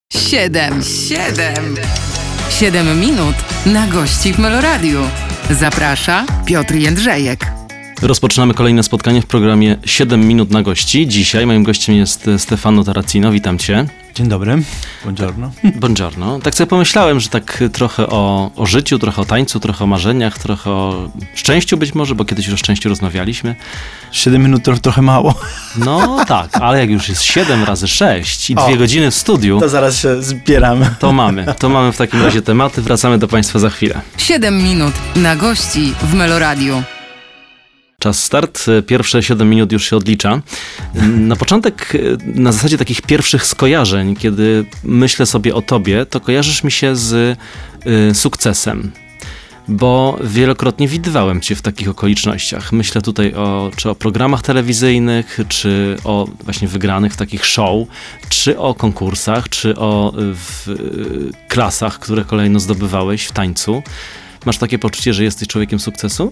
7 minut na gości w Meloradiu. Zaprasza Piotr Jędrzejek. Rozpoczynamy kolejne spotkanie w programie 7 minut na gości. Dzisiaj moim gościem jest Stefano Taracino. Witam cię. Dzień dobry. Buongiorno. Buongiorno. Tak sobie pomyślałem, że tak trochę o życiu, trochę o tańcu, trochę o marzeniach, trochę o szczęściu być może, bo kiedyś już o szczęściu rozmawialiśmy. 7 minut to trochę mało. No tak, ale jak już jest 7 razy 6 i 2 godziny w studiu, to zaraz się zbieramy. To mamy w takim razie tematy. Wracamy do Państwa za chwilę. 7 minut na gości w Meloradiu. Czas start, pierwsze 7 minut już się odlicza. Na początek, na zasadzie takich pierwszych skojarzeń, kiedy myślę sobie o tobie, to kojarzysz mi się z sukcesem, bo wielokrotnie widywałem cię w takich okolicznościach. Myślę tutaj czy o programach telewizyjnych, czy o właśnie wygranych w takich show, czy o konkursach, czy o klasach, które kolejno zdobywałeś w tańcu. Masz takie poczucie, że jesteś człowiekiem sukcesu?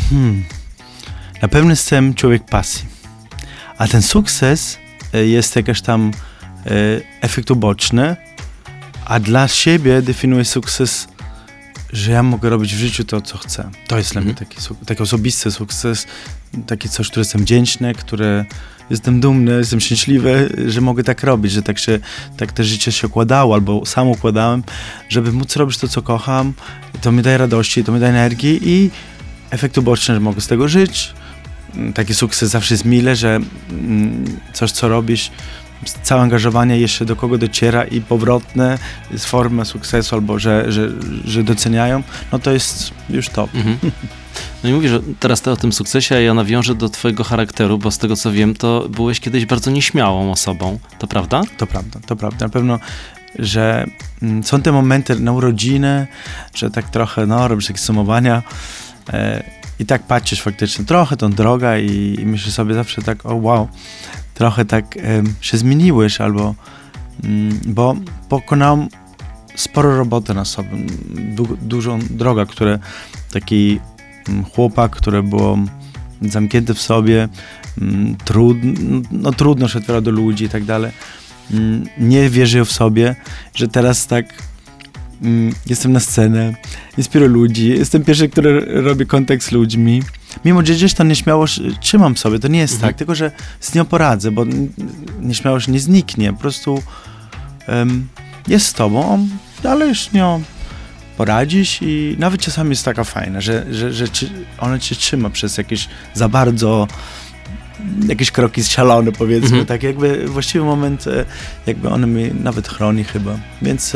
Na pewno jestem człowiek pasji, a ten sukces jest jakiś tam efekt uboczny, a dla siebie definiuję sukces, że ja mogę robić w życiu to, co chcę. To jest dla mnie taki osobisty sukces, taki coś, które jestem wdzięczny, które jestem dumny, jestem szczęśliwy, że mogę tak robić, że tak te życie się układało, albo sam układałem, żeby móc robić to, co kocham. To mi daje radości, to mi daje energii i efekt uboczny, że mogę z tego żyć. Taki sukces zawsze jest mile, że coś, co robisz, całe angażowanie jeszcze do kogo dociera i powrotne jest forma sukcesu, albo że doceniają, no to jest już top. No i mówię, że teraz o tym sukcesie, a ja nawiążę do twojego charakteru, bo z tego co wiem, to byłeś kiedyś bardzo nieśmiałą osobą, to prawda? To prawda. Na pewno, że są te momenty na urodziny, że tak trochę, robisz takie sumowania, i tak patrzysz faktycznie trochę tą drogę i myślisz sobie zawsze tak, o wow, trochę tak się zmieniłeś, albo bo pokonałem sporo roboty na sobie, dużą drogę, które taki chłopak, który był zamknięty w sobie, trudno się otwiera do ludzi i tak dalej, nie wierzył w sobie, że teraz tak jestem na scenę, inspiruję ludzi, jestem pierwszy, który robi kontakt z ludźmi. Mimo, że gdzieś to nieśmiałość trzymam sobie, to nie jest tak, tylko że z nią poradzę, bo nieśmiałość nie zniknie, po prostu jest z tobą, ale już z nią poradzisz i nawet czasami jest taka fajna, że ona cię trzyma przez jakieś za bardzo jakieś kroki szalone, powiedzmy, tak jakby właściwy moment, jakby on mnie nawet chroni chyba, więc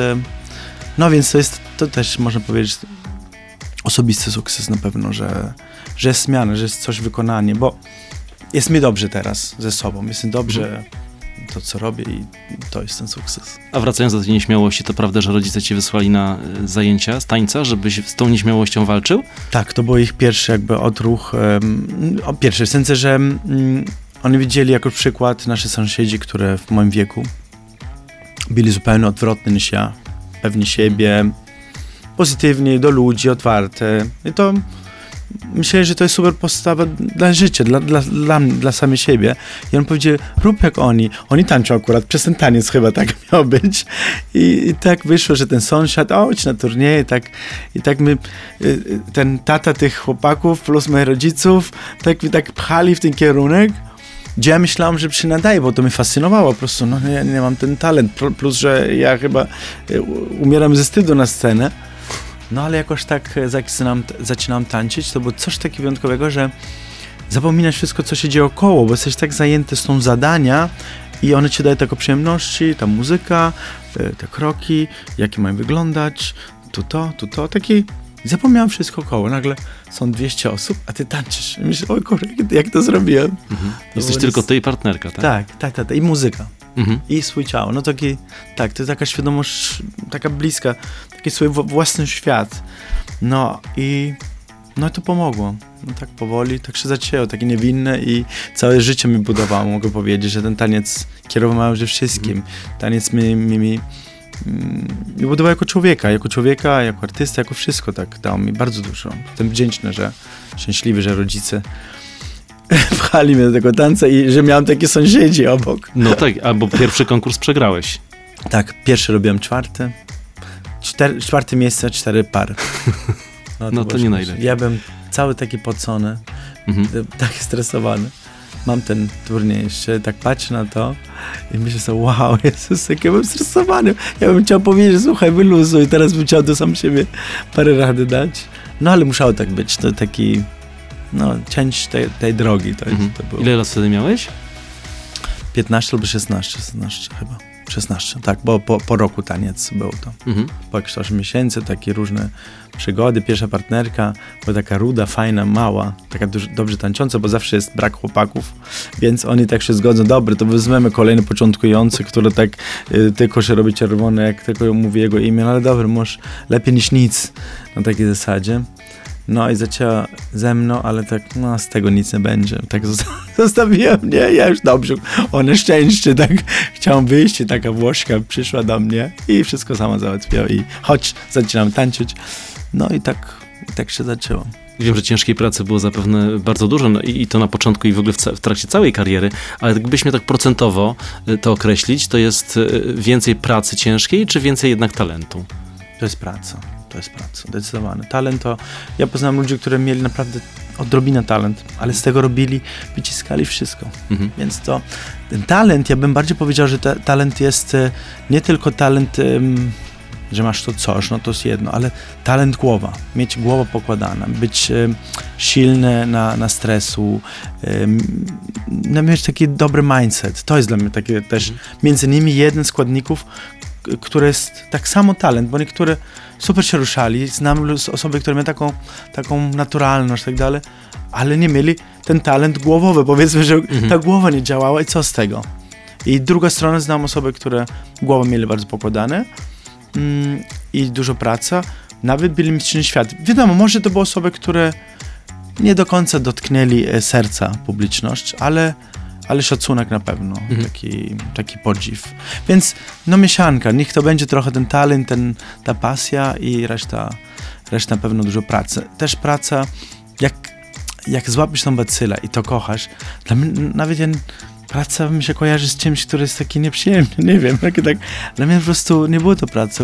to też można powiedzieć osobisty sukces na pewno, że jest zmiana, że jest coś wykonanie, bo jest mi dobrze teraz ze sobą, jest mi dobrze to, co robię i to jest ten sukces. A wracając do tej nieśmiałości, to prawda, że rodzice cię wysłali na zajęcia z tańca, żebyś z tą nieśmiałością walczył? Tak, to był ich pierwszy jakby odruch, pierwszy, w sensie, że oni widzieli jako przykład nasze sąsiedzi, które w moim wieku byli zupełnie odwrotni niż ja. Pewni siebie, pozytywni, do ludzi, otwarte. I to myślę, że to jest super postawa dla życia, dla samej siebie. I on powiedział, rób jak oni. Oni tańczą akurat, przez ten taniec chyba tak miał być. I tak wyszło, że ten sąsiad, chodź na turnieje, i tak my, ten tata tych chłopaków plus moich rodziców, tak pchali w ten kierunek. Gdzie ja myślałem, że się nadaje, bo to mnie fascynowało po prostu, ja nie mam ten talent, plus, że ja chyba umieram ze wstydu na scenę, ale jakoś tak zaczynam tańczyć, to było coś takiego wyjątkowego, że zapominasz wszystko, co się dzieje około, bo jesteś tak zajęty z tą zadania i one ci dają taką przyjemności, ta muzyka, te kroki, jakie mają wyglądać, tu to, taki... Zapomniałem wszystko około, nagle są 200 osób, a ty tańczysz. I myślisz, oj kurwa, jak to zrobiłem? Jesteś tylko ty i partnerka, tak? Tak. I muzyka. I swój ciało. To jest taka świadomość, taka bliska, taki swój własny świat. I to pomogło. Tak powoli, tak się zaczęło, takie niewinne i całe życie mi budowało, mogę powiedzieć, że ten taniec kierował się wszystkim. Taniec mi budował jako człowieka, jako artysta, jako wszystko, tak dał mi bardzo dużo. Jestem wdzięczny, szczęśliwy, że rodzice pchali mnie do tego tańca i że miałem takie sąsiedzi obok. No tak, albo pierwszy konkurs przegrałeś. Tak, pierwszy robiłem czwarte miejsce, 4 pary. No to nie najlepiej. Ja byłem cały taki pocony, taki stresowany. Mam ten turniej jeszcze, tak patrzę na to i myślę sobie, wow, Jezus, jak ja bym stresowany. Ja bym chciał powiedzieć, słuchaj, wyluzuj, teraz bym chciał do sam siebie parę rady dać. No ale musiało tak być, to taki, część tej drogi. To było. Ile lat wtedy miałeś? 15 albo 16 chyba. 16, tak, bo po roku taniec był to. Po jakieś 8 miesięcy, takie różne przygody. Pierwsza partnerka była taka ruda, fajna, mała, taka dobrze tańcząca, bo zawsze jest brak chłopaków, więc oni tak się zgodzą, dobry, to weźmiemy kolejny początkujący, który tak tylko się robi czerwony, jak tylko mówi jego imię, ale dobry, może lepiej niż nic, na takiej zasadzie. No i zaczęła ze mną, ale tak, z tego nic nie będzie. Tak zostawiłem mnie, ja już dobrze, o nieszczęście, tak chciałam wyjść i taka Włoszka przyszła do mnie i wszystko sama załatwiła i chodź, zaczynam tańczyć. No i tak się zaczęło. Wiem, że ciężkiej pracy było zapewne bardzo dużo i to na początku i w ogóle w trakcie całej kariery, ale gdybyśmy tak procentowo to określić, to jest więcej pracy ciężkiej, czy więcej jednak talentu? To jest praca, zdecydowanie. Talent to... Ja poznałem ludzi, którzy mieli naprawdę odrobinę talent, ale z tego wyciskali wszystko. Więc to... Ten talent, ja bym bardziej powiedział, że talent jest nie tylko talent, że masz to coś, no to jest jedno, ale talent głowa. Mieć głowę pokładana, być silny na stresu, mieć taki dobry mindset. To jest dla mnie takie też między nimi jeden z składników, który jest tak samo talent, bo niektóre super się ruszali, znam osoby, które miały taką naturalność i tak dalej, ale nie mieli ten talent głowowy, powiedzmy, że ta głowa nie działała i co z tego? I druga strona, znam osoby, które głowę mieli bardzo pokładane i dużo pracy, nawet byli mistrzami świata. Wiadomo, może to były osoby, które nie do końca dotknęli serca publiczność, ale szacunek na pewno, taki podziw. Więc mieszanka, niech to będzie trochę ten talent, ta pasja i reszta na pewno dużo pracy. Też praca, jak złapiesz tą bacylę i to kochasz, dla mnie nawet praca mi się kojarzy z czymś, który jest taki nieprzyjemny, nie wiem, dla mnie po prostu nie było to pracy.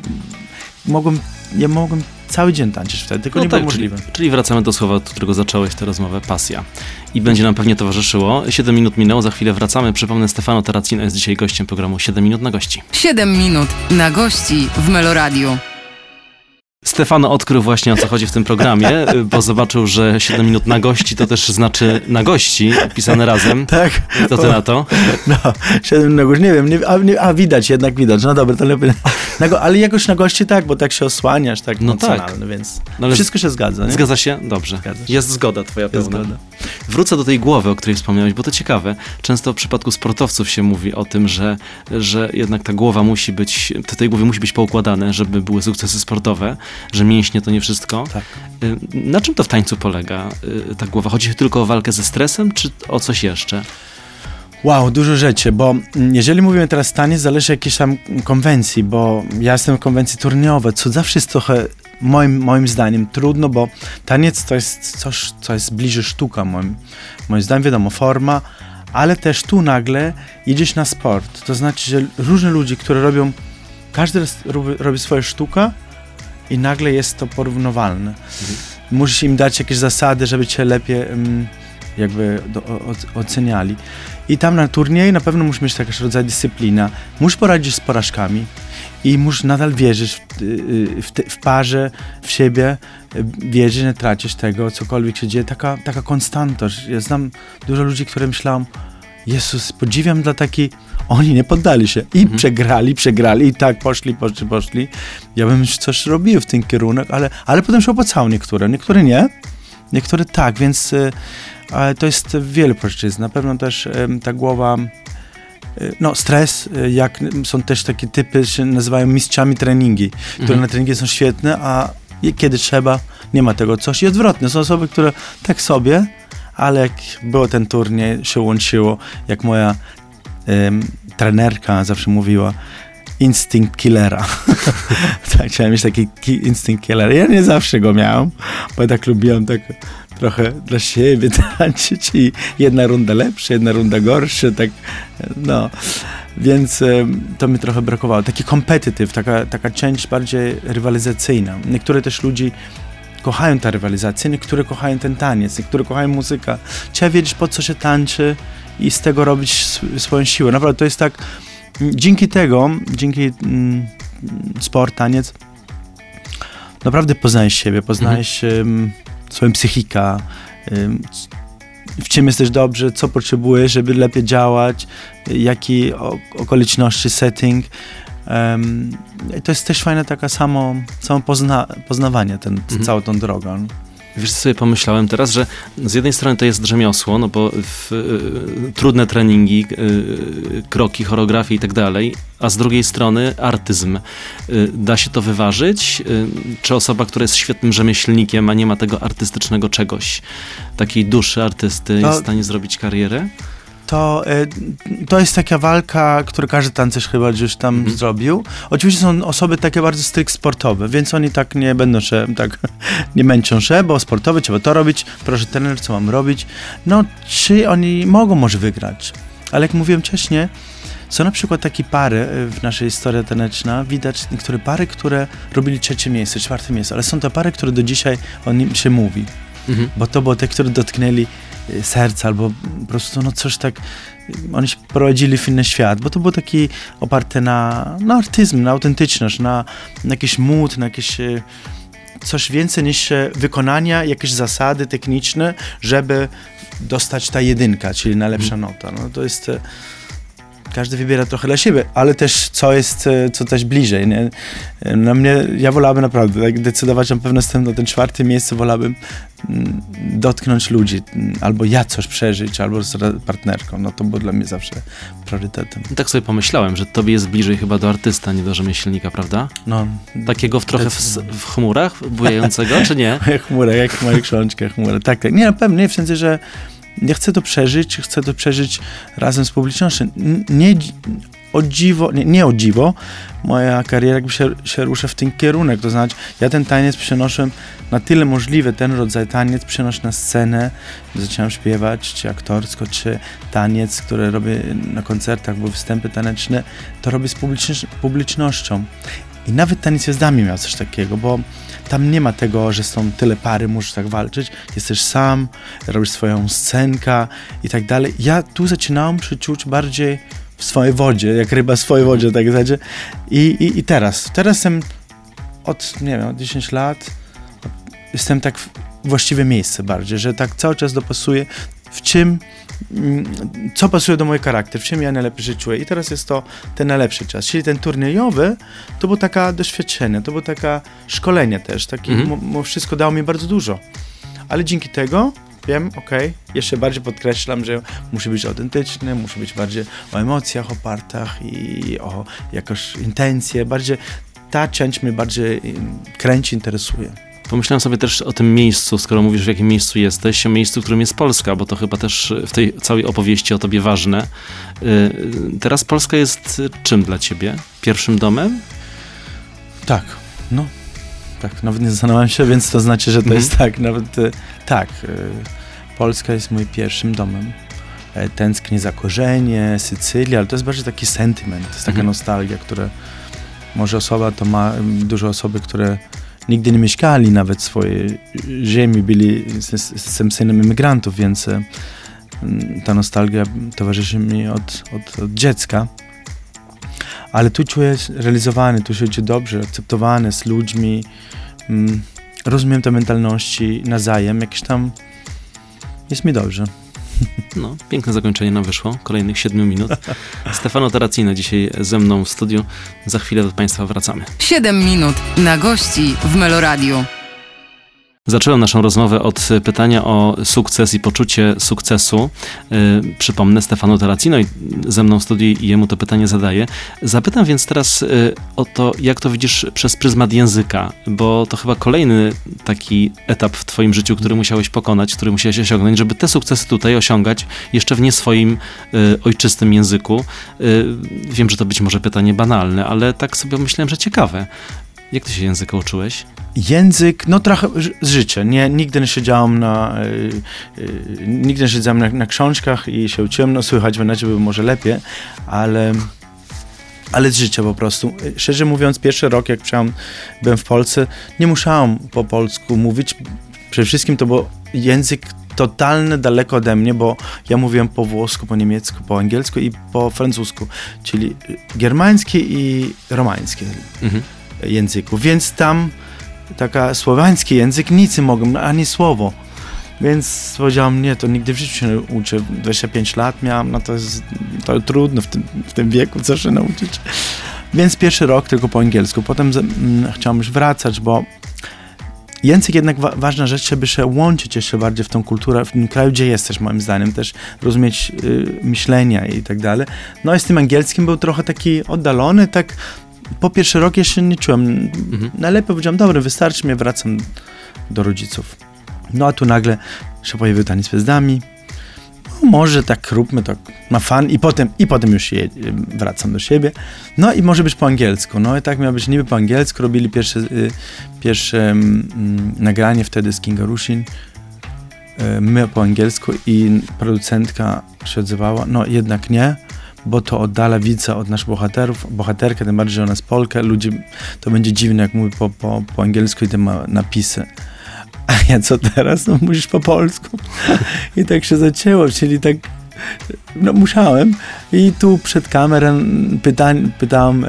Ja mogłem cały dzień tańczyć wtedy, tylko nie było możliwe. Czyli wracamy do słowa, od którego zacząłeś tę rozmowę, pasja. I będzie nam pewnie towarzyszyło. 7 minut minęło, za chwilę wracamy. Przypomnę, Stefano Terracino jest dzisiaj gościem programu 7 minut na gości. 7 minut na gości w Meloradiu. Stefano odkrył właśnie, o co chodzi w tym programie, bo zobaczył, że 7 minut na gości to też znaczy na gości, pisane razem. Tak. Co ty na to? 7 minut na gości, nie wiem, widać, no dobra, to lepiej. Ale jakoś na gości tak, bo tak się osłaniasz, tak emocjonalny, więc wszystko się zgadza, nie? Zgadza się? Dobrze. Jest zgoda twoja pełna. Wrócę do tej głowy, o której wspomniałeś, bo to ciekawe. Często w przypadku sportowców się mówi o tym, że jednak ta głowa musi być, tej głowie musi być poukładane, żeby były sukcesy sportowe, że mięśnie to nie wszystko. Tak. Na czym to w tańcu polega, ta głowa? Chodzi tylko o walkę ze stresem, czy o coś jeszcze? Wow, dużo rzeczy, bo jeżeli mówimy teraz taniec, zależy jakiejś tam konwencji, bo ja jestem w konwencji turniejowej, co zawsze jest trochę moim zdaniem trudno, bo taniec to jest coś, co jest bliżej sztuka, moim zdaniem, wiadomo, forma, ale też tu nagle idziesz na sport. To znaczy, że różne ludzie, które każdy robi swoją sztukę i nagle jest to porównywalne. Musisz im dać jakieś zasady, żeby cię lepiej oceniali. I tam na turnieju na pewno musisz mieć jakiś rodzaj dyscyplina. Musisz poradzić z porażkami i musisz nadal wierzyć w parze, w siebie, wierzyć, że nie tracisz tego, cokolwiek się dzieje. Taka konstanta. Ja znam dużo ludzi, które myślałem, Jezus, podziwiam dla takiej... Oni nie poddali się i przegrali i tak poszli. Ja bym coś robił w tym kierunku, ale potem się opłacało niektóre nie, niektóre tak, więc to jest wiele płaszczyzn. Na pewno też ta głowa, stres, jak są też takie typy, się nazywają mistrzami treningi, które na treningi są świetne, a kiedy trzeba, nie ma tego coś i odwrotnie. Są osoby, które tak sobie, ale jak było ten turniej, się łączyło, jak moja trenerka zawsze mówiła, instynkt killera. Tak, chciałem mieć taki instynkt killera. Ja nie zawsze go miałem, bo tak lubiłem tak trochę dla siebie tańczyć i jedna runda lepsza, jedna runda gorsza, tak, Więc to mi trochę brakowało. Taki competitive, taka część bardziej rywalizacyjna. Niektóre też ludzi kochają tę rywalizację, niektóre kochają ten taniec, niektóre kochają muzykę. Trzeba wiedzieć, po co się tańczy i z tego robić swoją siłę. Naprawdę to jest tak, dzięki sport, taniec, naprawdę poznajesz siebie, poznajesz swoją psychikę, w czym jesteś dobrze, co potrzebujesz, żeby lepiej działać, jakie okoliczności, setting. I to jest też fajne takie samo poznawanie, całą tą drogą. Wiesz, sobie pomyślałem teraz, że z jednej strony to jest rzemiosło, no bo trudne treningi, kroki, choreografie i tak dalej, a z drugiej strony artyzm. Da się to wyważyć? Czy osoba, która jest świetnym rzemieślnikiem, a nie ma tego artystycznego czegoś, takiej duszy artysty, jest w stanie zrobić karierę? To jest taka walka, którą każdy tancerz chyba gdzieś tam zrobił. Oczywiście są osoby takie bardzo strict sportowe, więc oni tak nie będą się, nie męczą się, bo sportowy trzeba to robić, proszę trener, co mam robić. No, czy oni mogą może wygrać? Ale jak mówiłem wcześniej, są na przykład takie pary w naszej historii tanecznej, widać niektóre pary, które robili 3. miejsce, 4. miejsce, ale są to pary, które do dzisiaj o nim się mówi, bo to było te, które dotknęli serca, albo po prostu no coś tak, oni się prowadzili w inny świat, bo to było taki oparte na artyzm, na autentyczność, na jakiś mód, na jakieś coś więcej niż wykonania, jakieś zasady techniczne, żeby dostać ta 1, czyli najlepsza nota. No to jest... Każdy wybiera trochę dla siebie, ale też co też bliżej. Nie? Na mnie, ja wolałbym naprawdę tak decydować, na pewno jestem na ten 4. miejsce, wolałbym dotknąć ludzi, albo ja coś przeżyć, albo z partnerką. No to było dla mnie zawsze priorytetem. Tak sobie pomyślałem, że tobie jest bliżej chyba do artysta, nie do rzemieślnika, prawda? No. Takiego trochę w chmurach bujającego, czy nie? Chmurek, jak moje książki, chmurek. Tak. Nie, na pewno nie, w sensie, że ja chcę to przeżyć razem z publicznością. Nie o dziwo, moja kariera jakby się rusza w ten kierunek, to znaczy ja ten taniec przenoszę na tyle możliwe, ten rodzaj taniec przenoszę na scenę, zaczynam śpiewać, czy aktorsko, czy taniec, który robię na koncertach, bo występy taneczne, to robię z publicznością. I nawet taniec gwiazdami miał coś takiego, bo tam nie ma tego, że są tyle pary, musisz tak walczyć. Jesteś sam, robisz swoją scenkę i tak dalej. Ja tu zaczynałem się czuć bardziej w swojej wodzie, jak ryba w swojej wodzie, tak zasadzie. I teraz jestem od 10 lat, jestem tak w właściwe miejsce bardziej, że tak cały czas dopasuję, co pasuje do mojego charakteru, w czym ja najlepiej się czuję. I teraz jest to ten najlepszy czas. Czyli ten turniejowy, to było takie doświadczenie, to było takie szkolenie też. Wszystko dało mi bardzo dużo. Ale dzięki tego wiem, jeszcze bardziej podkreślam, że musi być autentyczny, musi być bardziej o emocjach opartych i o jakąś intencję. Ta część mnie bardziej kręci, interesuje. Pomyślałem sobie też o tym miejscu, skoro mówisz, w jakim miejscu jesteś, o miejscu, którym jest Polska, bo to chyba też w tej całej opowieści o tobie ważne. Teraz Polska jest czym dla ciebie? Pierwszym domem? Tak, nawet nie zastanawiałem się, więc to znaczy, że to jest tak, Polska jest moim pierwszym domem. Tęsknię za korzenie, Sycylia, ale to jest bardziej taki sentyment, to jest taka nostalgia, która może dużo osoby, które nigdy nie mieszkali nawet w swojej ziemi, jestem synem imigrantów, więc ta nostalgia towarzyszy mi od dziecka. Ale tu czuję się realizowany, tu się czuję dobrze, akceptowany z ludźmi, rozumiem te mentalności nawzajem, jakieś tam jest mi dobrze. No, piękne zakończenie nam wyszło, kolejnych 7 minut. Stefano Terracino dzisiaj ze mną w studiu, za chwilę do Państwa wracamy. 7 minut na gości w Meloradiu. Zacząłem naszą rozmowę od pytania o sukces i poczucie sukcesu. Przypomnę, Stefano Terracino ze mną w studiu i jemu to pytanie zadaję. Zapytam więc teraz o to, jak to widzisz przez pryzmat języka, bo to chyba kolejny taki etap w twoim życiu, który musiałeś pokonać, który musiałeś osiągnąć, żeby te sukcesy tutaj osiągać jeszcze w nie swoim ojczystym języku. Wiem, że to być może pytanie banalne, ale tak sobie myślałem, że ciekawe. Jak ty się języka uczyłeś? Język, trochę z życia. Nigdy nie siedziałem na książkach i się uczyłem. Słychać w necie by może lepiej, ale ale z życia po prostu. Szczerze mówiąc, pierwszy rok, jak byłem w Polsce, nie musiałem po polsku mówić. Przede wszystkim to był język totalnie daleko ode mnie, bo ja mówiłem po włosku, po niemiecku, po angielsku i po francusku, czyli germański i romański języku. Więc tam taka słowiański język nic nie mogłem, ani słowo. Więc powiedziałem, nie, to nigdy w życiu się nie uczę. 25 lat miałem, no to trudno w tym wieku, co się nauczyć. Więc pierwszy rok tylko po angielsku. Potem chciałem już wracać, bo język jednak ważna rzecz, żeby się łączyć jeszcze bardziej w tą kulturę, w tym kraju, gdzie jesteś, moim zdaniem, też rozumieć myślenia i tak dalej. No i z tym angielskim był trochę taki oddalony, tak po pierwszy rok jeszcze nie czułem. Najlepiej powiedziałem, dobra, wystarczy mnie, wracam do rodziców. No a tu nagle się pojawił Taniec z Gwiazdami. No, może tak róbmy to na fan i potem już wracam do siebie. No i może być po angielsku. No i tak miało być niby po angielsku. Robili pierwsze nagranie wtedy z Kinga Rusin. My po angielsku i producentka się odzywała. No jednak nie, bo to oddala widza od naszych bohaterkę, tym bardziej, że ona jest Polka. Ludzie, to będzie dziwne, jak mówi po angielsku i te ma napisy. A ja co teraz? No musisz po polsku. I tak się zaczęło, czyli tak, no musiałem. I tu przed kamerą pytałem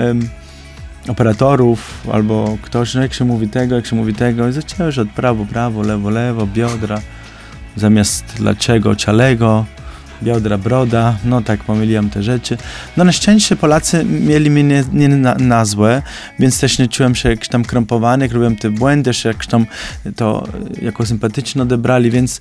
operatorów albo ktoś, no jak się mówi tego. I zaczęło się od prawo, lewo, biodra. Zamiast dlaczego, cialego, biodra, broda. No tak, pomyliłem te rzeczy. No na szczęście Polacy mieli mnie nie na złe, więc też nie czułem się jakiś tam krępowany, jak robiłem te błędy, że jakoś tam to jako sympatycznie odebrali, więc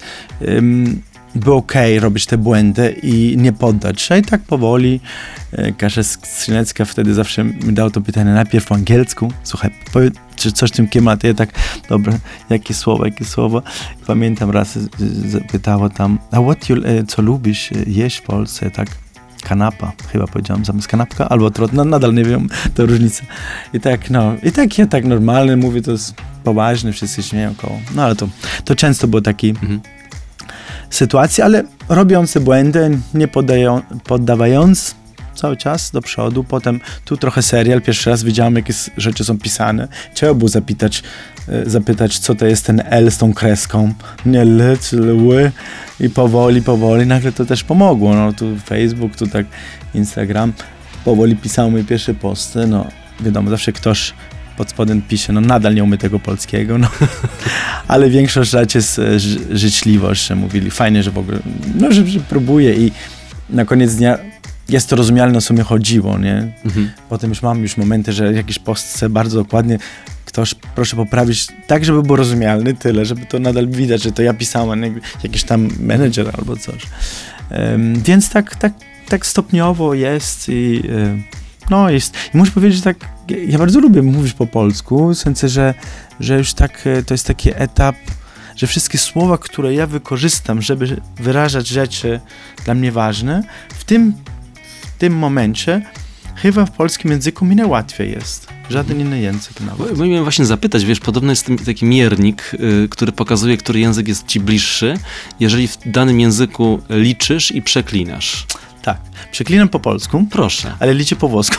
było okej robić te błędy i nie poddać się. I tak powoli Kasia Skrzynecka wtedy zawsze mi dał to pytanie najpierw po angielsku. Słuchaj, powiedz, czy coś w tym klimacie. Ja tak, dobra, jakie słowo. I pamiętam raz zapytała tam, a co lubisz jeść w Polsce? Tak, kanapa, chyba powiedziałam zamiast kanapka, albo trot, no nadal nie wiem, to różnica. I tak ja tak normalnie mówię, to jest poważne, wszyscy śmieją koło. No ale to często było taki sytuacji, ale robiąc te błędy, nie poddawając cały czas do przodu. Potem tu trochę serial, pierwszy raz widziałem, jakie rzeczy są pisane. Trzeba było zapytać, co to jest ten L z tą kreską. Nie L, czy L. I powoli, nagle to też pomogło. No tu Facebook, tu tak Instagram. Powoli pisałem moje pierwsze posty. No wiadomo, zawsze ktoś pod spodem pisze, no nadal nie umie tego polskiego, no. Ale większość raczej jest życzliwość, że mówili, fajnie, że w ogóle, no, że próbuje i na koniec dnia jest to rozumialne, o co mi chodziło, nie? Potem już mam momenty, że jakiś post chce bardzo dokładnie, ktoś proszę poprawić tak, żeby był rozumialny, tyle, żeby to nadal widać, że to ja pisałem, jakiś tam menedżer albo coś. Więc tak stopniowo jest i no jest. I muszę powiedzieć, że tak, ja bardzo lubię mówić po polsku, w sensie, że już tak, to jest taki etap, że wszystkie słowa, które ja wykorzystam, żeby wyrażać rzeczy dla mnie ważne, w tym momencie chyba w polskim języku mi najłatwiej jest. Żaden inny język nawet. Bo miałem właśnie zapytać, wiesz, podobno jest taki miernik, który pokazuje, który język jest ci bliższy, jeżeli w danym języku liczysz i przeklinasz. Tak, przeklinam po polsku. Proszę. Ale liczę po włosku.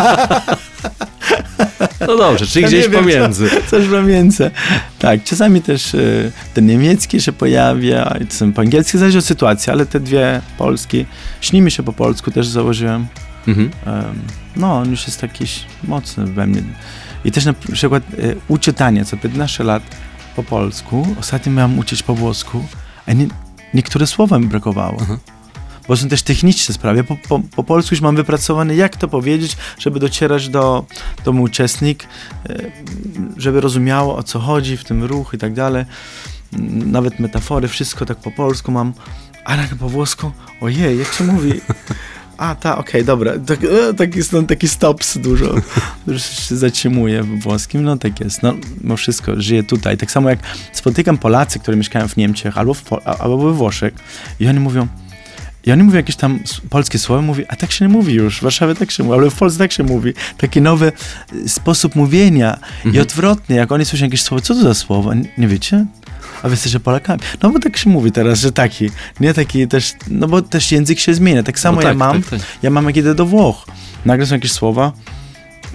No dobrze, czyli gdzieś pomiędzy. Coś pomiędzy. Tak, czasami też ten niemiecki się pojawia, i czasami po angielsku, zależy od sytuacji, ale te dwie polskie, śnimy się po polsku też założyłem. No, on już jest jakiś mocny we mnie. I też na przykład uczę taniec co 15 lat po polsku. Ostatnio miałem uczyć po włosku, a niektóre słowa mi brakowało. Bo są też techniczne sprawy. Po polsku już mam wypracowane, jak to powiedzieć, żeby docierać do mój uczestnik, żeby rozumiało, o co chodzi w tym ruchu i tak dalej. Nawet metafory, wszystko tak po polsku mam, a tak po włosku, ojej, jak się mówi? Okej, dobra. Tak jest taki stops dużo się zatrzymuje w włoskim, no tak jest. No wszystko, żyję tutaj. Tak samo jak spotykam Polacy, którzy mieszkają w Niemczech albo we Włoszech i oni mówią jakieś tam polskie słowa, mówi, a tak się nie mówi już, w Warszawie tak się mówi, ale w Polsce tak się mówi. Taki nowy sposób mówienia i odwrotnie, jak oni słyszą jakieś słowo, co to za słowo? Nie wiecie? A wy jesteście Polakami. No bo tak się mówi teraz, że taki, nie taki też, no bo też język się zmienia. Tak samo ja mam, jak idę do Włoch. Nagle są jakieś słowa,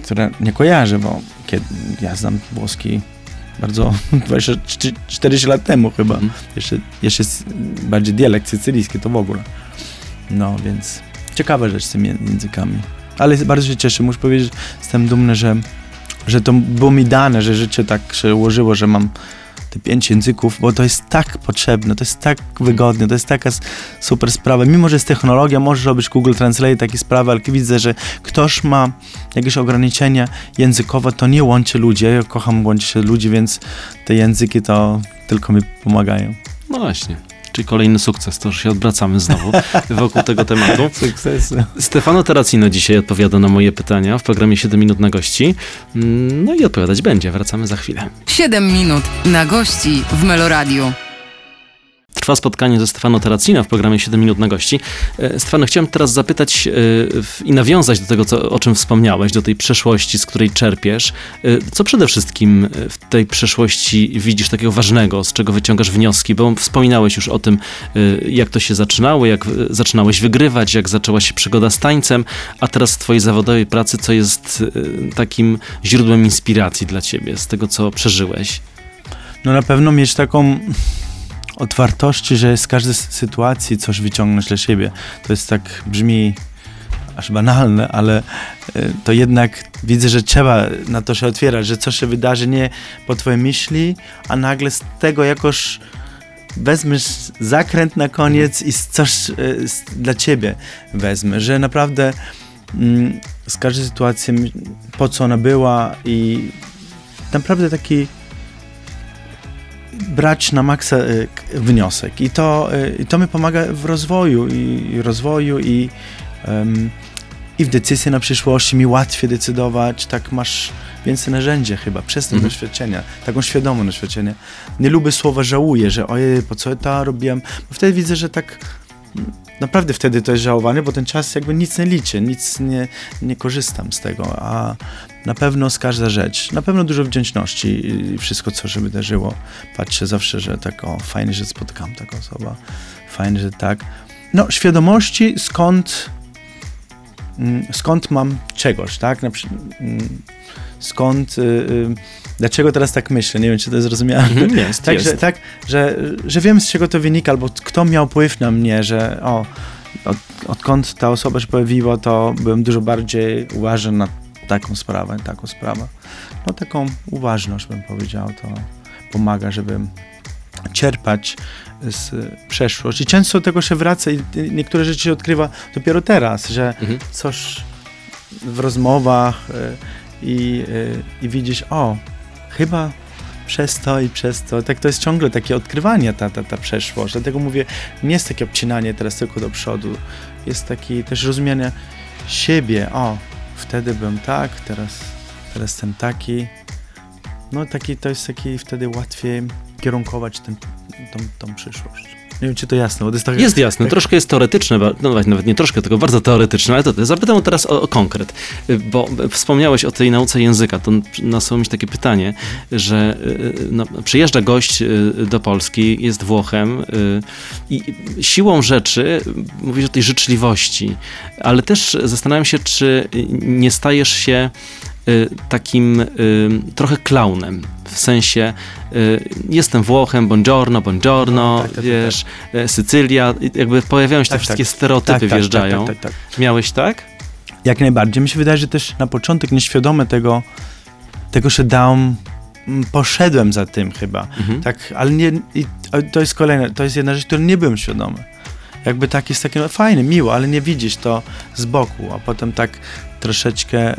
które nie kojarzę, bo ja znam włoski bardzo 40 lat temu chyba. Jeszcze bardziej dialekt sycylijski to w ogóle. No więc ciekawa rzecz z tymi językami. Ale bardzo się cieszę, muszę powiedzieć, jestem dumny, że to było mi dane, że życie tak się ułożyło, że mam te 5 języków, bo to jest tak potrzebne, to jest tak wygodne, to jest taka super sprawa. Mimo, że jest technologia, możesz robić Google Translate, takie sprawy, ale widzę, że ktoś ma jakieś ograniczenia językowe, to nie łączy ludzi. Ja kocham łączyć się ludzi, więc te języki to tylko mi pomagają. No właśnie. Czyli kolejny sukces, to już się odwracamy znowu wokół tego tematu. Sukcesu. Stefano Terracino dzisiaj odpowiada na moje pytania w programie 7 minut na gości. No i odpowiadać będzie. Wracamy za chwilę. 7 minut na gości w Meloradiu. Trwa spotkanie ze Stefano Terracino w programie 7 minut na gości. Stefano, chciałem teraz zapytać i nawiązać do tego, o czym wspomniałeś, do tej przeszłości, z której czerpiesz. Co przede wszystkim w tej przeszłości widzisz takiego ważnego, z czego wyciągasz wnioski? Bo wspominałeś już o tym, jak to się zaczynało, jak zaczynałeś wygrywać, jak zaczęła się przygoda z tańcem, a teraz w twojej zawodowej pracy, co jest takim źródłem inspiracji dla ciebie, z tego, co przeżyłeś? No na pewno mieć taką otwartości, że z każdej sytuacji coś wyciągnąć dla siebie. To jest tak, brzmi aż banalne, ale to jednak widzę, że trzeba na to się otwierać, że coś się wydarzy nie po twojej myśli, a nagle z tego jakoś wezmiesz zakręt na koniec i coś dla ciebie wezmę, że naprawdę z każdej sytuacji po co ona była i naprawdę taki brać na maksa wniosek i to mi pomaga w rozwoju i w decyzji na przyszłości mi łatwiej decydować, tak masz więcej narzędzia chyba przez te doświadczenia, taką świadomą doświadczenie. Nie lubię słowa żałuję, że ojej, po co ja to robiłem, bo wtedy widzę, że tak naprawdę wtedy to jest żałowanie, bo ten czas jakby nic nie liczy, nic nie korzystam z tego, a na pewno z każda rzecz, na pewno dużo wdzięczności i wszystko, co się wydarzyło. Patrzę zawsze, że tak, fajnie, że spotkam taką osobę, fajnie, że tak. No, świadomości, skąd mam czegoś, tak? Dlaczego teraz tak myślę? Nie wiem, czy to jest zrozumiałe. Jest. Tak, że wiem, z czego to wynika, albo kto miał wpływ na mnie, że odkąd ta osoba się pojawiła, to byłem dużo bardziej uważny na taką sprawę. No taką uważność, bym powiedział, to pomaga, żeby czerpać z przeszłości. I często do tego się wraca i niektóre rzeczy się odkrywa dopiero teraz, że coś w rozmowach i widzisz, chyba przez to, tak to jest ciągle takie odkrywanie ta przeszłość. Dlatego mówię, nie jest takie obcinanie teraz tylko do przodu, jest takie też rozumienie siebie, wtedy byłem tak, teraz jestem taki. No to jest taki wtedy łatwiej kierunkować tą przyszłość. Nie wiem, czy to jasne. Bo to jest, tak, jest jasne, troszkę jest teoretyczne, no nawet nie troszkę, tylko bardzo teoretyczne, ale to zapytam teraz o konkret, bo wspomniałeś o tej nauce języka, to nasuwa mi się takie pytanie, że przyjeżdża gość do Polski, jest Włochem i siłą rzeczy mówisz o tej życzliwości, ale też zastanawiam się, czy nie stajesz się takim trochę klaunem, w sensie jestem Włochem, buongiorno, wiesz, Sycylia, jakby pojawiają się te wszystkie stereotypy, wjeżdżają. Tak. Miałeś tak? Jak najbardziej. Mi się wydaje, że też na początek nieświadome tego się dałem, poszedłem za tym chyba, tak, ale nie, to jest kolejne, to jest jedna rzecz, której nie byłem świadomy. Jakby tak jest takie fajne, miło, ale nie widzisz to z boku, a potem tak troszeczkę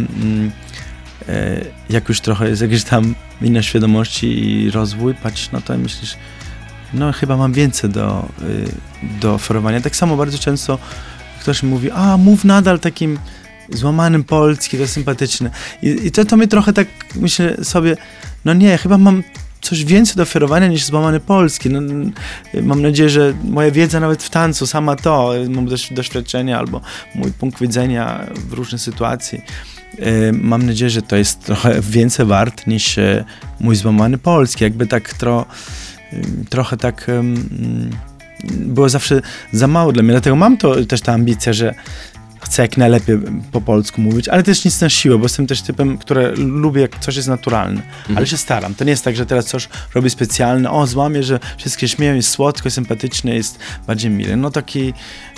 jak już trochę jest jakieś tam inne świadomości i rozwój, patrz na to i myślisz, no chyba mam więcej do oferowania. Tak samo bardzo często ktoś mi mówi, mów nadal takim złamanym polski, to sympatyczne. I to mnie trochę tak, myślę sobie, no nie, chyba mam coś więcej do oferowania niż złamany polski. No, mam nadzieję, że moja wiedza nawet w tancu, sama to, mam doświadczenie albo mój punkt widzenia w różnych sytuacji. Mam nadzieję, że to jest trochę więcej wart niż mój złamany polski. Jakby tak trochę tak było zawsze za mało dla mnie. Dlatego mam też tę ambicję, że chcę jak najlepiej po polsku mówić, ale też nic na siłę, bo jestem też typem, który lubię, jak coś jest naturalne, ale się staram. To nie jest tak, że teraz coś robię specjalne, złamię, że wszystkie śmieją, jest słodko, jest sympatyczne, jest bardziej mile. No taki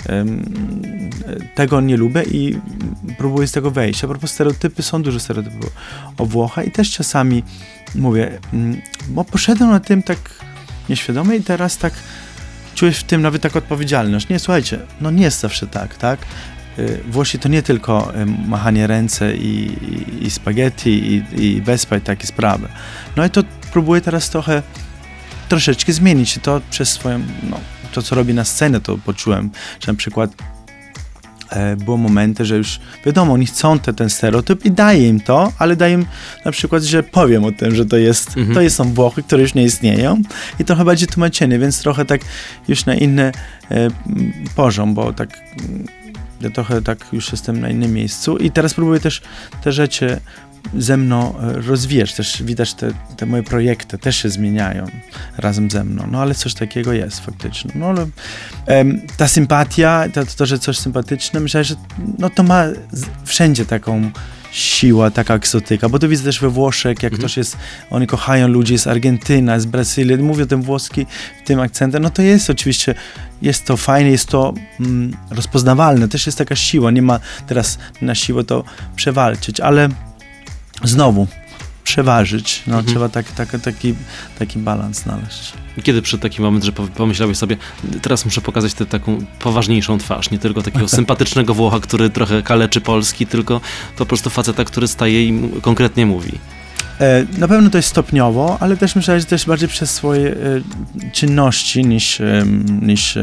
tego nie lubię i próbuję z tego wejść. A propos stereotypy, są dużo stereotypów o Włochach i też czasami mówię, bo poszedłem na tym tak nieświadomie i teraz tak czuję w tym nawet tak odpowiedzialność. Nie, słuchajcie, no nie jest zawsze tak? Włosi to nie tylko machanie ręce i spaghetti i wespa i takie sprawy. No i to próbuję teraz troszeczkę zmienić i to przez swoją, to co robię na scenę, to poczułem, że na przykład było momenty, że już wiadomo, oni chcą ten stereotyp i daję im to, ale daję im na przykład, że powiem o tym, że to są Włochy, które już nie istnieją i trochę bardziej tłumaczenie, więc trochę tak już na inny poziom, bo tak ja trochę tak już jestem na innym miejscu i teraz próbuję też te rzeczy ze mną rozwijać, też widać te moje projekty też się zmieniają razem ze mną, no ale coś takiego jest faktycznie, no ale ta sympatia, to, że coś sympatyczne, myślę, że to ma wszędzie taką siła, taka egzotyka, bo to widzę też we Włoszech, jak ktoś jest, oni kochają ludzi, jest Argentyna, jest Brazylia, mówią ten włoski tym akcentem, no to jest oczywiście, jest to fajne, jest to rozpoznawalne, też jest taka siła, nie ma teraz na siłę to przewalczyć, ale znowu przeważyć, trzeba taki balans znaleźć. Kiedy przyszedł taki moment, że pomyślałeś sobie, teraz muszę pokazać tę taką poważniejszą twarz, nie tylko takiego sympatycznego Włocha, który trochę kaleczy Polski, tylko po prostu faceta, który staje i konkretnie mówi. Na pewno to jest stopniowo, ale też myślę, że też bardziej przez swoje czynności niż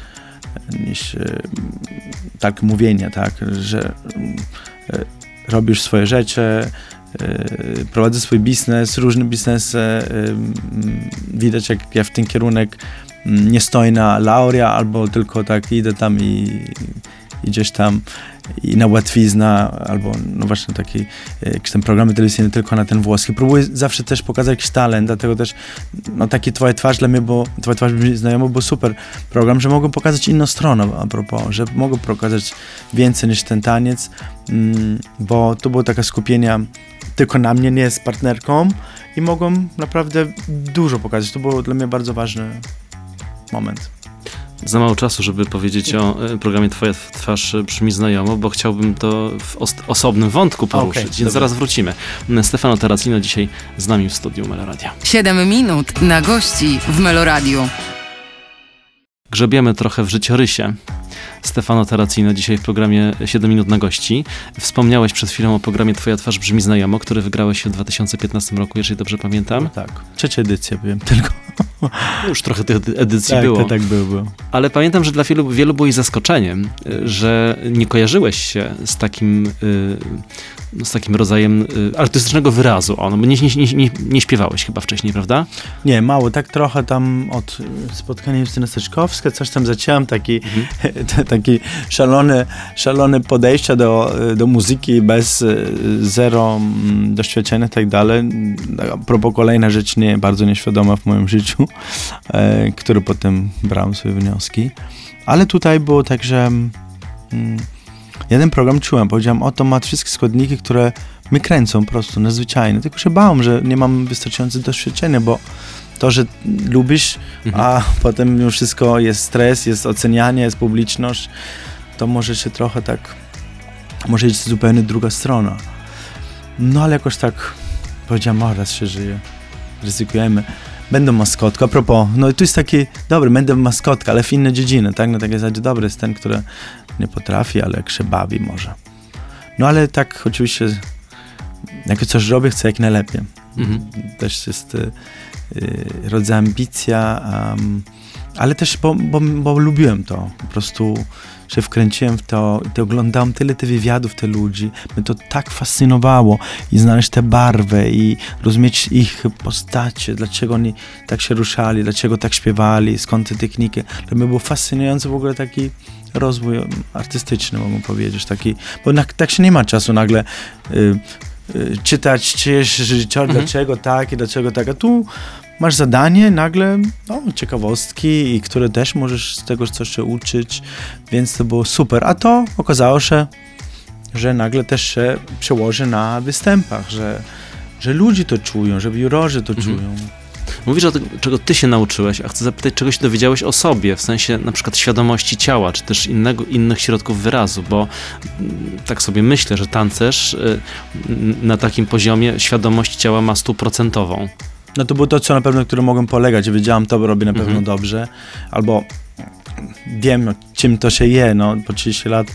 tak mówienie, tak, że robisz swoje rzeczy, prowadzę swój biznes, różne biznesy, widać jak ja w ten kierunek nie stoję na laurea, albo tylko tak idę tam i gdzieś tam i na łatwizna, albo no właśnie taki jakieś tam programy telewizyjne tylko na ten włoski. Próbuję zawsze też pokazać jakiś talent, dlatego też taki Twoja twarz dla mnie, bo Twoja twarz brzmi znajomo, był super program, że mogę pokazać inną stronę a propos, że mogę pokazać więcej niż ten taniec, bo to było takie skupienie tylko na mnie, nie z partnerką i mogłem naprawdę dużo pokazać. To było dla mnie bardzo ważny moment. Za mało czasu, żeby powiedzieć o programie Twoja twarz brzmi znajomo, bo chciałbym to w osobnym wątku poruszyć, więc dobra. Zaraz wrócimy. Stefano Terracino dzisiaj z nami w studiu Meloradio. 7 minut na gości w Meloradiu. Grzebiemy trochę w życiorysie Stefano Terracino dzisiaj w programie 7 minut na gości. Wspomniałeś przed chwilą o programie Twoja twarz brzmi znajomo, który wygrałeś w 2015 roku, jeżeli dobrze pamiętam. No tak, 3. edycja byłem tylko. Już trochę tych edycji tak, było. To tak było. Ale pamiętam, że dla wielu było i zaskoczeniem, że nie kojarzyłeś się z takim rodzajem artystycznego wyrazu. Bo nie śpiewałeś chyba wcześniej, prawda? Nie, mało. Tak trochę tam od spotkania Justyny Steczkowskiej, coś tam zacząłem, taki szalone podejście do muzyki, bez zero doświadczenia i tak dalej. A propos kolejna rzecz bardzo nieświadoma w moim życiu, który potem brałem swoje wnioski. Ale tutaj było tak, że jeden program czułem, powiedziałem, to ma wszystkie składniki, które mnie kręcą po prostu, nadzwyczajne. Tylko się bałem, że nie mam wystarczającego doświadczenia, bo to, że lubisz, a potem już wszystko jest stres, jest ocenianie, jest publiczność, to może się trochę tak, może być zupełnie druga strona. No ale jakoś tak powiedziałem, raz się żyje, ryzykujemy. Będę maskotką. A propos, no tu jest taki, dobry, będę maskotka, ale w inne dziedziny, tak? Na takiej zasadzie dobry jest ten, który nie potrafi, ale jak się bawi może. No ale tak oczywiście, jak coś robię, chcę jak najlepiej. Też jest rodzaj ambicja, ale też, bo lubiłem to. Po prostu się wkręciłem w to i oglądałem tyle wywiadów tych ludzi. Mnie to tak fascynowało i znaleźć te barwy i rozumieć ich postacie, dlaczego oni tak się ruszali, dlaczego tak śpiewali, skąd te techniki. Dla mnie było fascynujący w ogóle taki rozwój artystyczny, mogę powiedzieć. Taki, bo tak się nie ma czasu nagle czytać czyjeś życie, dlaczego tak i dlaczego tak. A tu masz zadanie, nagle ciekawostki, i które też możesz z tego coś się uczyć, więc to było super. A to okazało się, że nagle też się przełoży na występach, że ludzie to czują, że jurorzy to czują. Mówisz o tym, czego ty się nauczyłeś, a chcę zapytać, czego się dowiedziałeś o sobie, w sensie na przykład świadomości ciała, czy też innych środków wyrazu, bo tak sobie myślę, że tancerz na takim poziomie świadomość ciała ma 100%. No to było to, co na pewno, które mogłem polegać. Wiedziałam, to robię na pewno dobrze, albo wiem, czym to się je, po 30 lat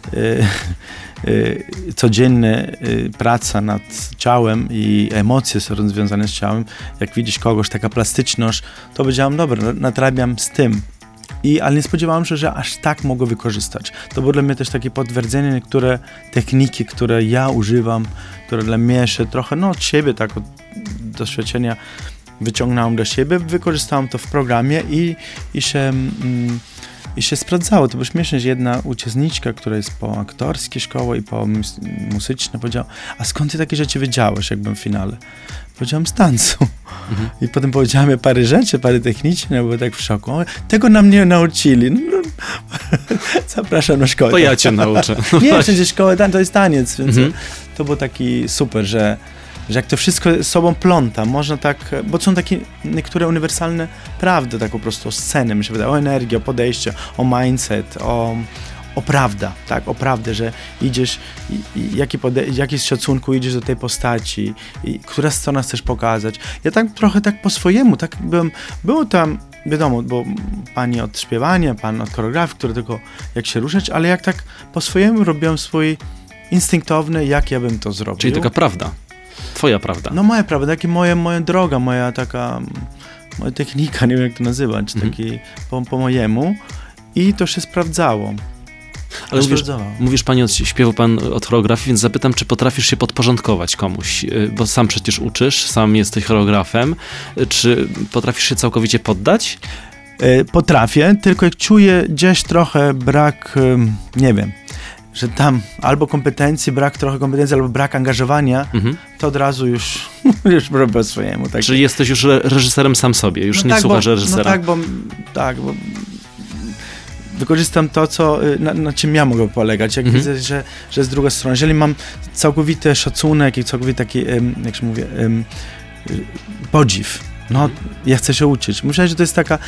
codzienna praca nad ciałem i emocje są związane z ciałem. Jak widzisz kogoś, taka plastyczność, to powiedziałam, dobra, nadrabiam z tym. Ale nie spodziewałam się, że aż tak mogę wykorzystać. To było dla mnie też takie potwierdzenie, niektóre techniki, które ja używam, które dla mnie się trochę, od siebie, tak od doświadczenia wyciągnąłem do siebie, wykorzystałem to w programie i się sprawdzało. To było śmieszne, że jedna uczestniczka, która jest po aktorskiej szkoły i po muzyczne, powiedziała, a skąd ty takie rzeczy wiedziałeś, jak byłem w finale? Powiedziałem, z tancu. I potem powiedziałem parę rzeczy, parę technicznych, byłem tak w szoku. Tego nam nie nauczyli. Zapraszam na szkołę. To ja cię nauczę. Nie, w sensie szkołę, to jest taniec, więc to było taki super, że jak to wszystko z sobą pląta, można tak, bo są takie niektóre uniwersalne prawdy, tak po prostu o sceny, mi się wydaje, o energię, o podejście, o mindset, o prawda, tak, o prawdę, że idziesz, jaki z szacunku idziesz do tej postaci, która strona chcesz pokazać. Ja tak trochę tak po swojemu, tak było tam, wiadomo, bo pani od śpiewania, pan od choreografii, które tylko jak się ruszać, ale jak tak po swojemu robiłem swój instynktowny, jak ja bym to zrobił. Czyli taka prawda. Twoja prawda. No moja prawda, taka moja droga, moja technika, nie wiem jak to nazywać, taki po mojemu i to się sprawdzało. Ale mówisz pani śpiewał pan od choreografii, więc zapytam, czy potrafisz się podporządkować komuś, bo sam przecież uczysz, sam jesteś choreografem, czy potrafisz się całkowicie poddać? Potrafię, tylko jak czuję gdzieś trochę brak, nie wiem, że tam albo kompetencji, brak trochę kompetencji, albo brak angażowania, to od razu już robię po swojemu. Tak. Czyli jesteś już reżyserem sam sobie, już nie słuchasz reżysera. No tak, bo wykorzystam to, na czym ja mogę polegać. Jak widzę, że z drugiej strony, jeżeli mam całkowity szacunek i całkowity taki, jak się mówi, podziw, ja chcę się uczyć. Myślę, że to jest taka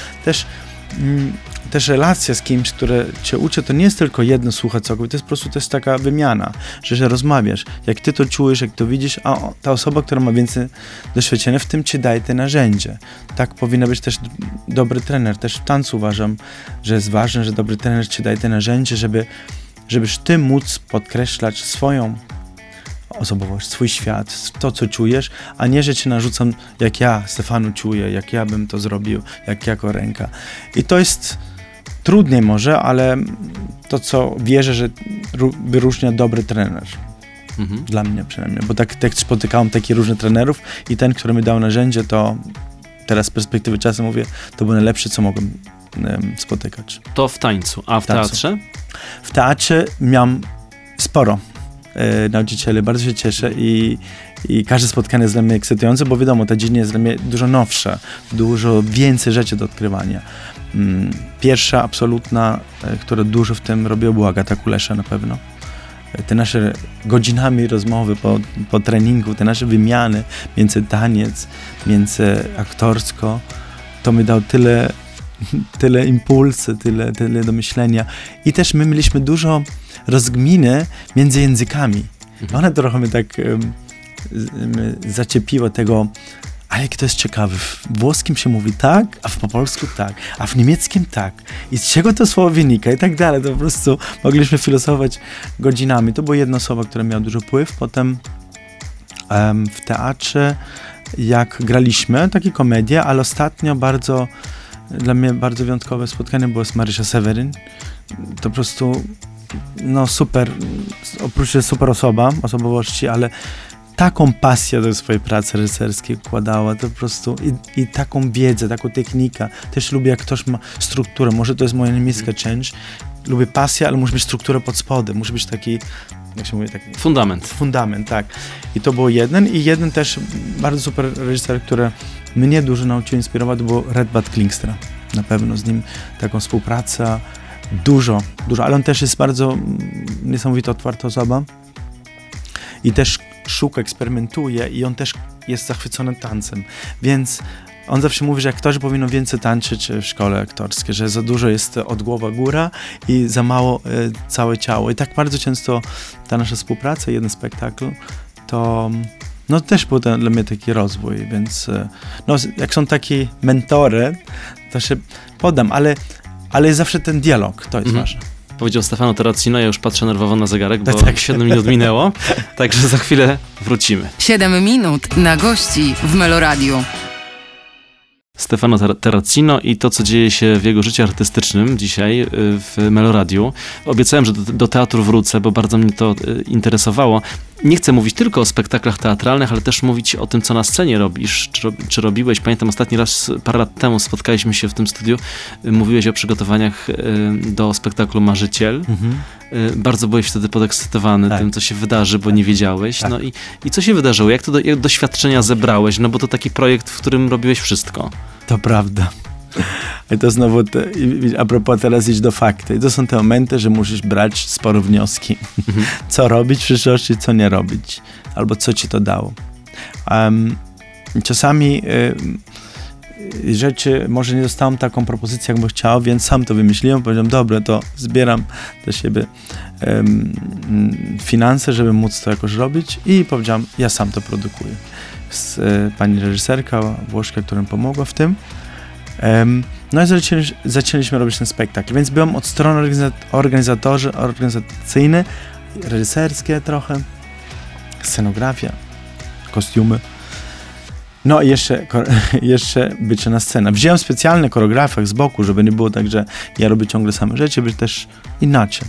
też relacja z kimś, który cię uczy, to nie jest tylko jedno słuchać całkowicie, to jest po prostu też taka wymiana, że rozmawiasz. Jak ty to czujesz, jak to widzisz, a ta osoba, która ma więcej doświadczenia, w tym ci daje te narzędzie. Tak powinna być też dobry trener. Też w tancu uważam, że jest ważne, że dobry trener ci daje te narzędzie, żebyś ty móc podkreślać swoją osobowość, swój świat, to, co czujesz, a nie, że cię narzucam, jak ja, Stefanu, czuję, jak ja bym to zrobił, jak jako ręka. I to jest trudniej może, ale to, co wierzę, że wyróżnia dobry trener. Dla mnie przynajmniej, bo tak spotykałem takich różnych trenerów i ten, który mi dał narzędzie, to teraz z perspektywy czasu mówię, to było najlepsze, co mogłem spotykać. To w tańcu, a w teatrze? W teatrze miałem sporo nauczycieli, bardzo się cieszę i każde spotkanie jest dla mnie ekscytujące, bo wiadomo, ta dziedzina jest dla mnie dużo nowsza, dużo więcej rzeczy do odkrywania. Pierwsza absolutna, która dużo w tym robiła, była Agata Kulesza na pewno. Te nasze godzinami rozmowy po treningu, te nasze wymiany między taniec, między aktorsko, to mi dał tyle impulsy, tyle do myślenia. I też my mieliśmy dużo rozgminy między językami. Ona trochę mnie tak zaczepiła tego, ale jak to jest ciekawe, w włoskim się mówi tak, a po polsku tak, a w niemieckim tak. I z czego to słowo wynika i tak dalej. To po prostu mogliśmy filozofować godzinami. To była jedna osoba, która miała dużo wpływ. Potem w teatrze, jak graliśmy, takie komedie, ale ostatnio dla mnie bardzo wyjątkowe spotkanie było z Marysią Seweryn. To po prostu super, oprócz super osobowości, ale taką pasję do swojej pracy reżyserskiej wkładała, to po prostu i taką wiedzę, taką technikę. Też lubię, jak ktoś ma strukturę, może to jest moja niemiecka część. Lubię pasję, ale musi być struktura pod spodem, musi być taki, jak się mówi, taki fundament. Fundament, tak. I to było jeden też bardzo super reżyser, który mnie dużo nauczył inspirować, to był Redbud Klingstra. Na pewno z nim taką współpracę, dużo, ale on też jest bardzo niesamowita, otwarta osoba i też szuka, eksperymentuje i on też jest zachwycony tancem, więc on zawsze mówi, że aktorzy powinno więcej tańczyć w szkole aktorskiej, że za dużo jest od głowa góra i za mało całe ciało. I tak bardzo często ta nasza współpraca, jeden spektakl, to no też był dla mnie taki rozwój, więc no, jak są takie mentory, to się podam, ale jest zawsze ten dialog, to jest ważne. Powiedział Stefano Terracino, ja już patrzę nerwowo na zegarek, bo tak. 7 minut minęło, także za chwilę wrócimy. 7 minut na gości w Meloradiu. Stefano Terracino i to, co dzieje się w jego życiu artystycznym dzisiaj w Meloradiu. Obiecałem, że do teatru wrócę, bo bardzo mnie to interesowało. Nie chcę mówić tylko o spektaklach teatralnych, ale też mówić o tym, co na scenie robisz, czy robiłeś. Pamiętam ostatni raz, parę lat temu spotkaliśmy się w tym studiu, mówiłeś o przygotowaniach do spektaklu Marzyciel. Bardzo byłeś wtedy podekscytowany tym, co się wydarzy, bo nie wiedziałeś. Tak. No i co się wydarzyło? Jak doświadczenia zebrałeś? No bo to taki projekt, w którym robiłeś wszystko. To prawda. I to znowu, a propos teraz iść do fakty. I to są te momenty, że musisz brać sporo wnioski. Co robić w przyszłości, co nie robić. Albo co ci to dało. Czasami rzeczy, może nie dostałem taką propozycję, jakbym chciał, więc sam to wymyśliłem. Powiedziałem, dobra, to zbieram do siebie finanse, żeby móc to jakoś robić i powiedziałem, ja sam to produkuję. Pani reżyserka Włoszka, która mi pomogła w tym. No i zaczęliśmy robić ten spektakl, więc byłem od strony organizacyjnej, reżyserskie trochę, scenografia, kostiumy. No i jeszcze bycie na scenę. Wziąłem specjalny choreografach z boku, żeby nie było tak, że ja robię ciągle same rzeczy, być też inaczej.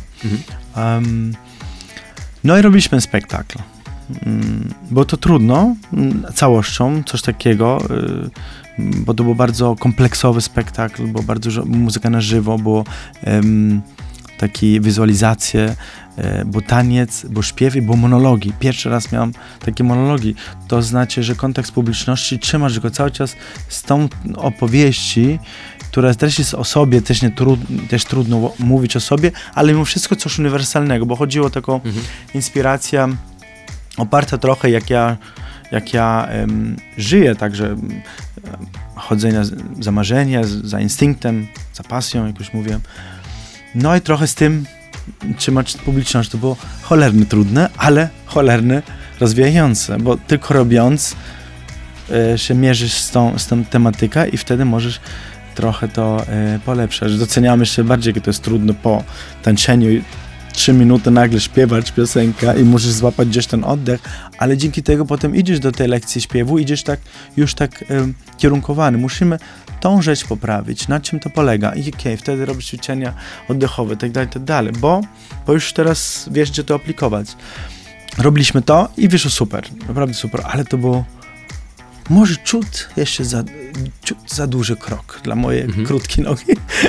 No i robiliśmy spektakl. Było to trudno, całością, coś takiego, bo to był bardzo kompleksowy spektakl, było bardzo dużo muzyka na żywo, było takie wizualizacje, był taniec, był śpiew i było monologi. Pierwszy raz miałem takie monologi. To znaczy, że kontakt publiczności trzymasz go cały czas z tą opowieści, która też jest o sobie, też trudno mówić o sobie, ale mimo wszystko coś uniwersalnego, bo chodziło o taką inspirację oparta trochę jak ja żyję, także chodzenia za marzenia, za instynktem, za pasją, jak już mówiłem. No i trochę z tym trzymać publiczność. To było cholernie trudne, ale cholernie rozwijające, bo tylko robiąc się mierzysz z tą tematyką i wtedy możesz trochę to polepszać. Doceniamy jeszcze bardziej, jak to jest trudno po tańczeniu 3 minuty nagle śpiewać piosenkę i musisz złapać gdzieś ten oddech, ale dzięki tego potem idziesz do tej lekcji śpiewu, idziesz już kierunkowany. Musimy tą rzecz poprawić, na czym to polega i wtedy robisz ćwiczenia oddechowe, tak dalej, bo już teraz wiesz, gdzie to aplikować. Robiliśmy to i wyszło super, naprawdę super, ale to było może jeszcze za duży krok dla mojej krótkiej nogi,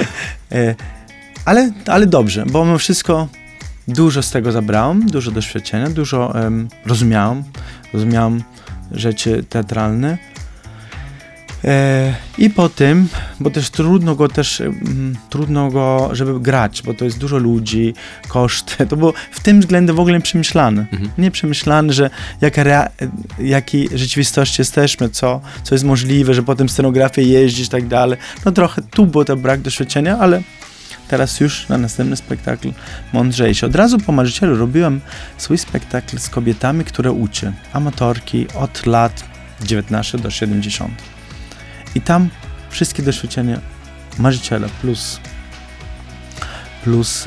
ale dobrze, bo mimo wszystko dużo z tego zabrałem, dużo doświadczenia, dużo rozumiałem rzeczy teatralne i po tym, bo też trudno go, żeby grać, bo to jest dużo ludzi, koszty, to było w tym względzie w ogóle nieprzemyślane. Nieprzemyślane, że jakiej rzeczywistości jesteśmy, co jest możliwe, że potem scenografię jeździć i tak dalej. No trochę tu był ten brak doświadczenia, ale teraz już na następny spektakl mądrzejszy. Od razu po Marzycielu robiłem swój spektakl z kobietami, które uczę. Amatorki od lat 19 do 70. I tam wszystkie doświadczenia Marzyciela plus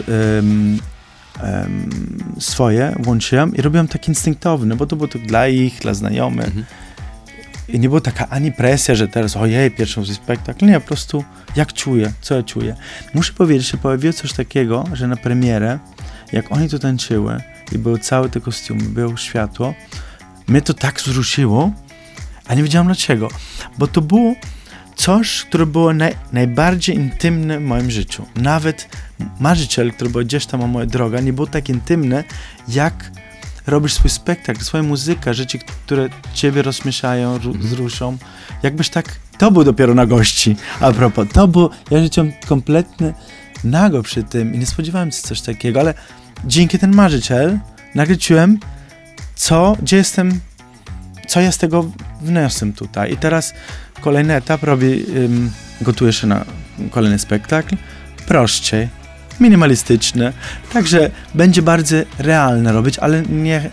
swoje włączyłem i robiłem tak instynktowne, bo to było to dla znajomych. I nie było taka ani presja, że teraz ojej, pierwszy spektakl. Nie, po prostu jak czuję, co ja czuję. Muszę powiedzieć, że pojawiło coś takiego, że na premierę, jak oni to tańczyły i były całe te kostiumy, było światło, mnie to tak wzruszyło, a nie wiedziałem dlaczego. Bo to było coś, które było najbardziej intymne w moim życiu. Nawet Marzyciel, który był gdzieś tam moja droga, nie było tak intymne, jak robisz swój spektakl, swoją muzykę, rzeczy, które ciebie rozśmieszają, wzruszą. Jakbyś tak, to był dopiero na gości. A propos, ja życzyłem kompletnie nago przy tym i nie spodziewałem się coś takiego, ale dzięki ten marzyciel nagle czułem, gdzie jestem, co ja z tego wniosłem tutaj. I teraz kolejny etap gotuję się na kolejny spektakl, prościej, minimalistyczny, także będzie bardzo realne robić, ale nie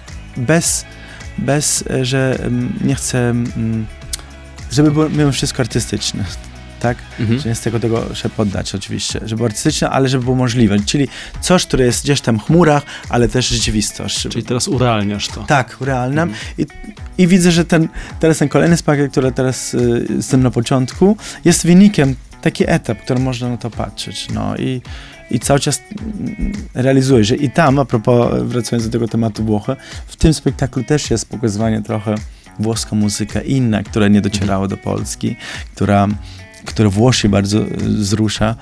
że nie chcę, żeby było mimo wszystko artystyczne, tak? Że nie z tego się poddać oczywiście, żeby było artystyczne, ale żeby było możliwe, czyli coś, które jest gdzieś tam w chmurach, ale też rzeczywistość. Czyli teraz urealniasz to. Tak, urealniam i widzę, że teraz ten kolejny spektakl, który teraz jestem na początku, jest wynikiem taki etap, który można na to patrzeć, no i cały czas realizuję, że i tam, a propos, wracając do tego tematu Włochy, w tym spektaklu też jest pokazywanie trochę włoska muzyka inna, która nie docierała do Polski, która Włosi bardzo wzrusza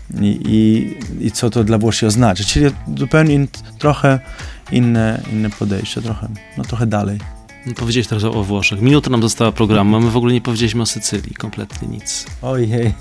i co to dla Włosi oznacza, czyli zupełnie trochę inne podejście, trochę dalej. Powiedziałeś teraz o Włoszech. Minuta nam została programu, a my w ogóle nie powiedzieliśmy o Sycylii, kompletnie nic. Ojej.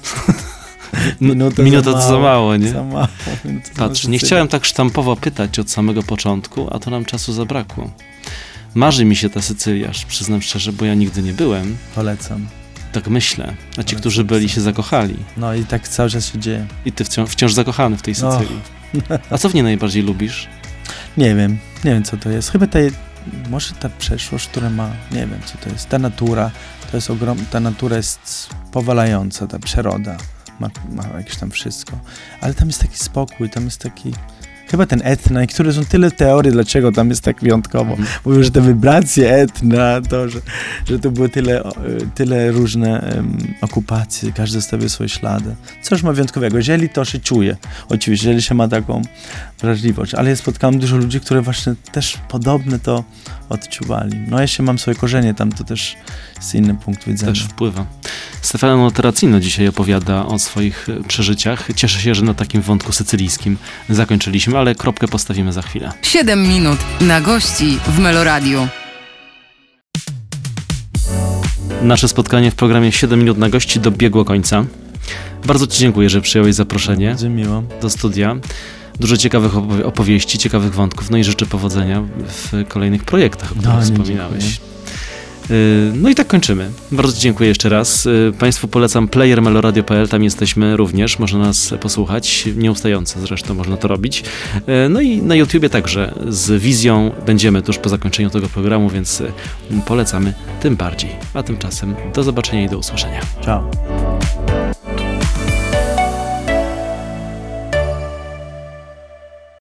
Minuta to za mało, nie? Za mało. Patrz, nie chciałem tak sztampowo pytać od samego początku, a to nam czasu zabrakło. Marzy mi się ta Sycylia, przyznam szczerze, bo ja nigdy nie byłem. Polecam. Tak myślę. A ci, którzy byli, się zakochali. No i tak cały czas się dzieje. I ty wciąż zakochany w tej Sycylii. A co w niej najbardziej lubisz? Nie wiem co to jest. Chyba może ta przeszłość, która ma, nie wiem co to jest. Ta natura, ta natura jest powalająca, ta przyroda. Ma jakieś tam wszystko. Ale tam jest taki spokój, tam jest taki... Chyba ten etna, i które są tyle teorii, dlaczego tam jest tak wyjątkowo. Mówią, że te wibracje etna, to, że to było tyle różne okupacje, każdy zostawił swoje ślady. Coś ma wyjątkowego, jeżeli to się czuje. Oczywiście, jeżeli się ma taką wrażliwość. Ale ja spotkałem dużo ludzi, które właśnie też podobne to odczuwali. No jeśli mam swoje korzenie tam, to też jest inny punkt widzenia. Też wpływa. Stefano Terracino dzisiaj opowiada o swoich przeżyciach. Cieszę się, że na takim wątku sycylijskim zakończyliśmy, ale kropkę postawimy za chwilę. 7 minut na gości w Meloradiu. Nasze spotkanie w programie 7 minut na gości dobiegło końca. Bardzo ci dziękuję, że przyjąłeś zaproszenie. Bardzo miło. Do studia. Dużo ciekawych opowieści, ciekawych wątków, no i życzę powodzenia w kolejnych projektach, o których wspominałeś. No i tak kończymy. Bardzo ci dziękuję jeszcze raz. Państwu polecam player meloradio.pl, tam jesteśmy również, można nas posłuchać, nieustająco zresztą można to robić. No i na YouTubie także z wizją będziemy tuż po zakończeniu tego programu, więc polecamy tym bardziej. A tymczasem do zobaczenia i do usłyszenia. Ciao.